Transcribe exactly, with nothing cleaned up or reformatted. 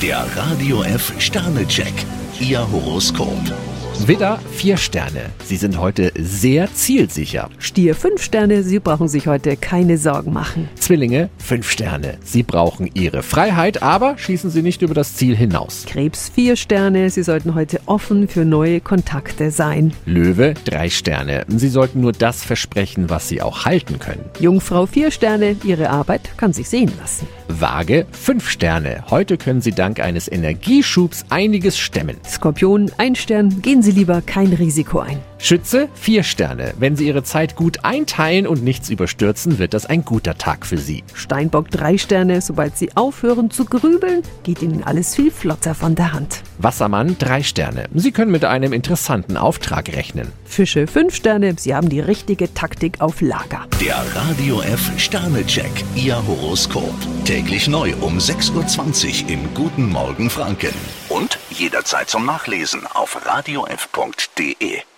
Der Radio F Sternecheck. Ihr Horoskop. Widder, vier Sterne. Sie sind heute sehr zielsicher. Stier, fünf Sterne, Sie brauchen sich heute keine Sorgen machen. Zwillinge, fünf Sterne. Sie brauchen Ihre Freiheit, aber schießen Sie nicht über das Ziel hinaus. Krebs, vier Sterne, Sie sollten heute offen für neue Kontakte sein. Löwe, drei Sterne. Sie sollten nur das versprechen, was Sie auch halten können. Jungfrau, vier Sterne, Ihre Arbeit kann sich sehen lassen. Waage, fünf Sterne. Heute können Sie dank eines Energieschubs einiges stemmen. Skorpion, ein Stern, gehen Sie lieber kein Risiko ein. Schütze, vier Sterne. Wenn Sie Ihre Zeit gut einteilen und nichts überstürzen, wird das ein guter Tag für Sie. Steinbock, drei Sterne, sobald Sie aufhören zu grübeln, geht Ihnen alles viel flotter von der Hand. Wassermann, drei Sterne. Sie können mit einem interessanten Auftrag rechnen. Fische, fünf Sterne, Sie haben die richtige Taktik auf Lager. Der Radio F Sternecheck. Ihr Horoskop. Täglich neu um sechs Uhr zwanzig im Guten Morgen Franken. Und jederzeit zum Nachlesen auf radio f punkt de.